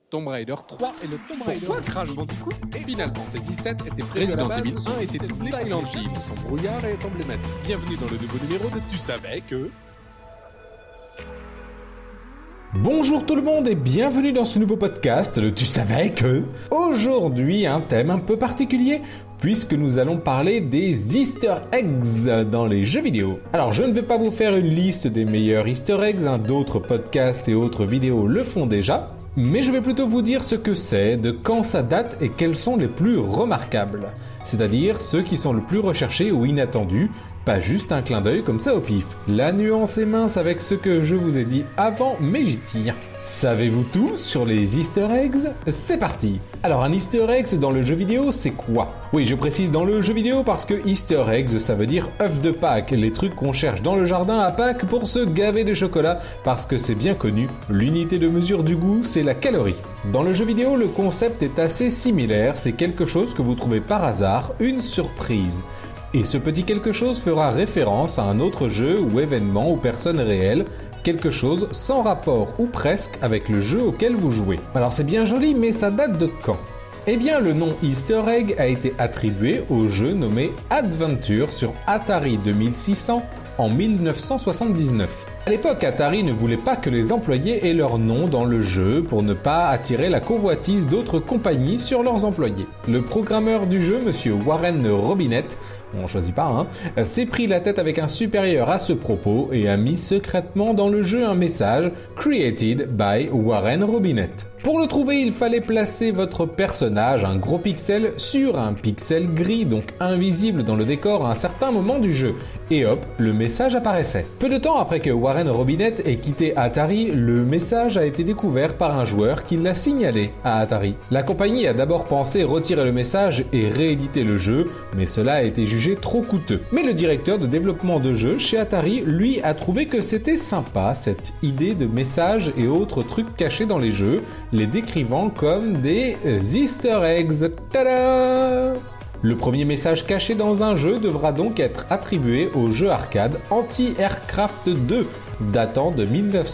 Tomb Raider 3 et le Tomb Raider. Pourquoi Crash Bandicoot et Final Fantasy 7 était Resident Evil 1 était Silent Hill. Son brouillard est emblématique. Bienvenue dans le nouveau numéro de Tu savais que... Bonjour tout le monde et bienvenue dans ce nouveau podcast, le Tu savais que... Aujourd'hui, un thème un peu particulier, puisque nous allons parler des Easter eggs dans les jeux vidéo. Alors je ne vais pas vous faire une liste des meilleurs Easter eggs, d'autres podcasts et autres vidéos le font déjà, mais je vais plutôt vous dire ce que c'est, de quand ça date et quels sont les plus remarquables. C'est-à-dire ceux qui sont le plus recherchés ou inattendus, pas juste un clin d'œil comme ça au pif. La nuance est mince avec ce que je vous ai dit avant, mais j'y tiens. Savez-vous tout sur les Easter eggs ? C'est parti. Alors un Easter eggs dans le jeu vidéo, c'est quoi ? Oui, je précise dans le jeu vidéo parce que Easter eggs, ça veut dire œuf de Pâques, les trucs qu'on cherche dans le jardin à Pâques pour se gaver de chocolat, parce que c'est bien connu, l'unité de mesure du goût, c'est la calorie. Dans le jeu vidéo, le concept est assez similaire, c'est quelque chose que vous trouvez par hasard, une surprise. Et ce petit quelque chose fera référence à un autre jeu ou événement ou personne réelle, quelque chose sans rapport ou presque avec le jeu auquel vous jouez. Alors c'est bien joli, mais ça date de quand ? Eh bien le nom Easter Egg a été attribué au jeu nommé Adventure sur Atari 2600 en 1979. À l'époque, Atari ne voulait pas que les employés aient leur nom dans le jeu pour ne pas attirer la convoitise d'autres compagnies sur leurs employés. Le programmeur du jeu, Monsieur Warren Robinett, on choisit pas, s'est pris la tête avec un supérieur à ce propos et a mis secrètement dans le jeu un message « Created by Warren Robinett ». Pour le trouver, il fallait placer votre personnage, un gros pixel, sur un pixel gris, donc invisible dans le décor à un certain moment du jeu. Et hop, le message apparaissait. Peu de temps après que Warren Robinett ait quitté Atari, le message a été découvert par un joueur qui l'a signalé à Atari. La compagnie a d'abord pensé retirer le message et rééditer le jeu, mais cela a été jugé trop coûteux. Mais le directeur de développement de jeux chez Atari, lui, a trouvé que c'était sympa, cette idée de messages et autres trucs cachés dans les jeux, les décrivant comme des Easter eggs. Tada ! Le premier message caché dans un jeu devra donc être attribué au jeu arcade Anti-Aircraft 2, datant de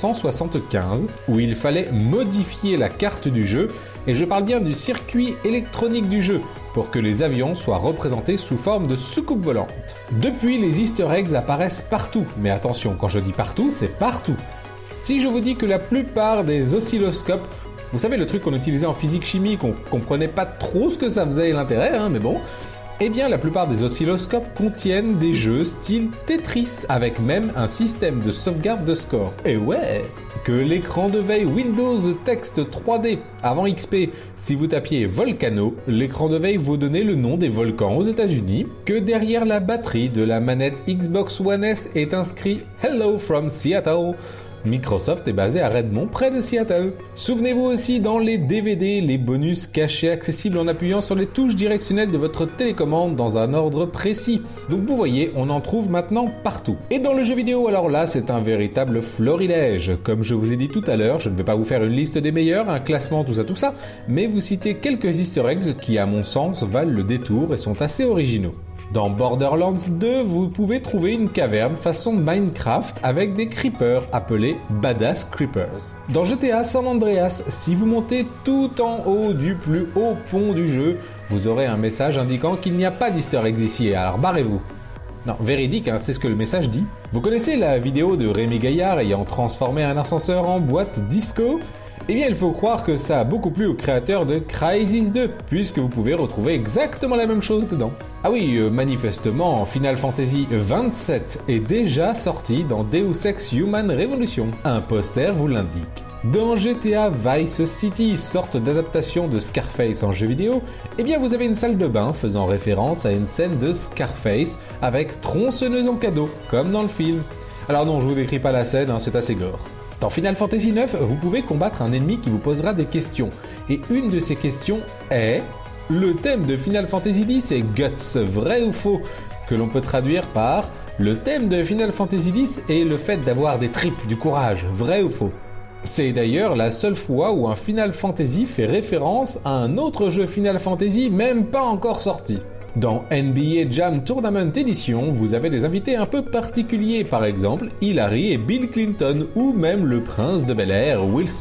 1975, où il fallait modifier la carte du jeu, et je parle bien du circuit électronique du jeu, pour que les avions soient représentés sous forme de soucoupes volantes. Depuis, les Easter eggs apparaissent partout, mais attention, quand je dis partout, c'est partout. Si je vous dis que la plupart des oscilloscopes, vous savez le truc qu'on utilisait en physique-chimie, qu'on comprenait pas trop ce que ça faisait et l'intérêt, mais bon. Eh bien la plupart des oscilloscopes contiennent des jeux style Tetris, avec même un système de sauvegarde de score. Et ouais, que l'écran de veille Windows Text 3D avant XP, si vous tapiez Volcano, l'écran de veille vous donnait le nom des volcans aux États-Unis, que derrière la batterie de la manette Xbox One S est inscrit Hello from Seattle. Microsoft est basé à Redmond, près de Seattle. Souvenez-vous aussi dans les DVD, les bonus cachés accessibles en appuyant sur les touches directionnelles de votre télécommande dans un ordre précis. Donc vous voyez, on en trouve maintenant partout. Et dans le jeu vidéo, alors là, c'est un véritable florilège. Comme je vous ai dit tout à l'heure, je ne vais pas vous faire une liste des meilleurs, un classement, tout ça, mais vous citer quelques Easter eggs qui, à mon sens, valent le détour et sont assez originaux. Dans Borderlands 2, vous pouvez trouver une caverne façon Minecraft avec des creepers appelés Badass Creepers. Dans GTA San Andreas, si vous montez tout en haut du plus haut pont du jeu, vous aurez un message indiquant qu'il n'y a pas d'Easter eggs ici, alors barrez-vous. Non, véridique, c'est ce que le message dit. Vous connaissez la vidéo de Rémi Gaillard ayant transformé un ascenseur en boîte disco ? Eh bien, il faut croire que ça a beaucoup plu au créateur de Crysis 2, puisque vous pouvez retrouver exactement la même chose dedans. Ah oui, manifestement, Final Fantasy 27 est déjà sorti dans Deus Ex Human Revolution. Un poster vous l'indique. Dans GTA Vice City, sorte d'adaptation de Scarface en jeu vidéo, eh bien vous avez une salle de bain faisant référence à une scène de Scarface avec tronçonneuse en cadeau, comme dans le film. Alors non, je vous décris pas la scène, c'est assez gore. Dans Final Fantasy 9, vous pouvez combattre un ennemi qui vous posera des questions. Et une de ces questions est... Le thème de Final Fantasy X est Guts, vrai ou faux ? Que l'on peut traduire par... Le thème de Final Fantasy X est le fait d'avoir des tripes, du courage, vrai ou faux ? C'est d'ailleurs la seule fois où un Final Fantasy fait référence à un autre jeu Final Fantasy même pas encore sorti. Dans NBA Jam Tournament Edition, vous avez des invités un peu particuliers, par exemple Hillary et Bill Clinton, ou même le prince de Bel-Air, Will Smith.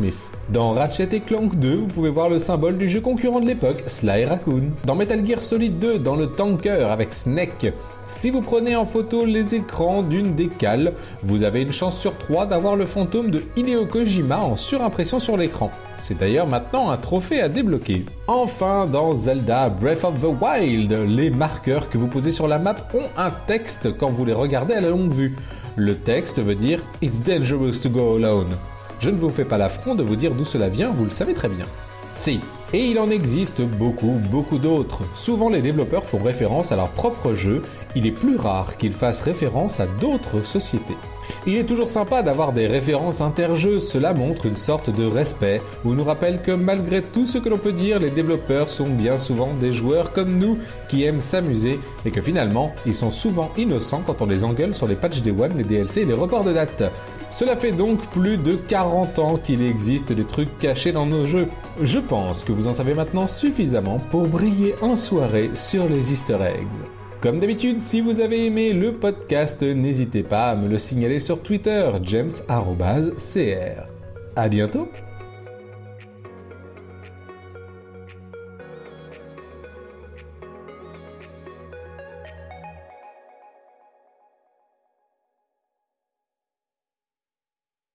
Dans Ratchet & Clank 2, vous pouvez voir le symbole du jeu concurrent de l'époque, Sly Raccoon. Dans Metal Gear Solid 2, dans le Tanker avec Snake. Si vous prenez en photo les écrans d'une des cales, vous avez une chance sur 3 d'avoir le fantôme de Hideo Kojima en surimpression sur l'écran. C'est d'ailleurs maintenant un trophée à débloquer. Enfin, dans Zelda Breath of the Wild, les marqueurs que vous posez sur la map ont un texte quand vous les regardez à la longue vue. Le texte veut dire « It's dangerous to go alone ». Je ne vous fais pas l'affront de vous dire d'où cela vient, vous le savez très bien. Si. Et il en existe beaucoup d'autres. Souvent les développeurs font référence à leur propre jeu, il est plus rare qu'ils fassent référence à d'autres sociétés. Il est toujours sympa d'avoir des références interjeux, cela montre une sorte de respect, ou nous rappelle que malgré tout ce que l'on peut dire, les développeurs sont bien souvent des joueurs comme nous, qui aiment s'amuser, et que finalement, ils sont souvent innocents quand on les engueule sur les patchs Day One, les DLC et les reports de date. Cela fait donc plus de 40 ans qu'il existe des trucs cachés dans nos jeux. Je pense que vous en savez maintenant suffisamment pour briller en soirée sur les Easter eggs. Comme d'habitude, si vous avez aimé le podcast, n'hésitez pas à me le signaler sur Twitter, james@cr. À bientôt!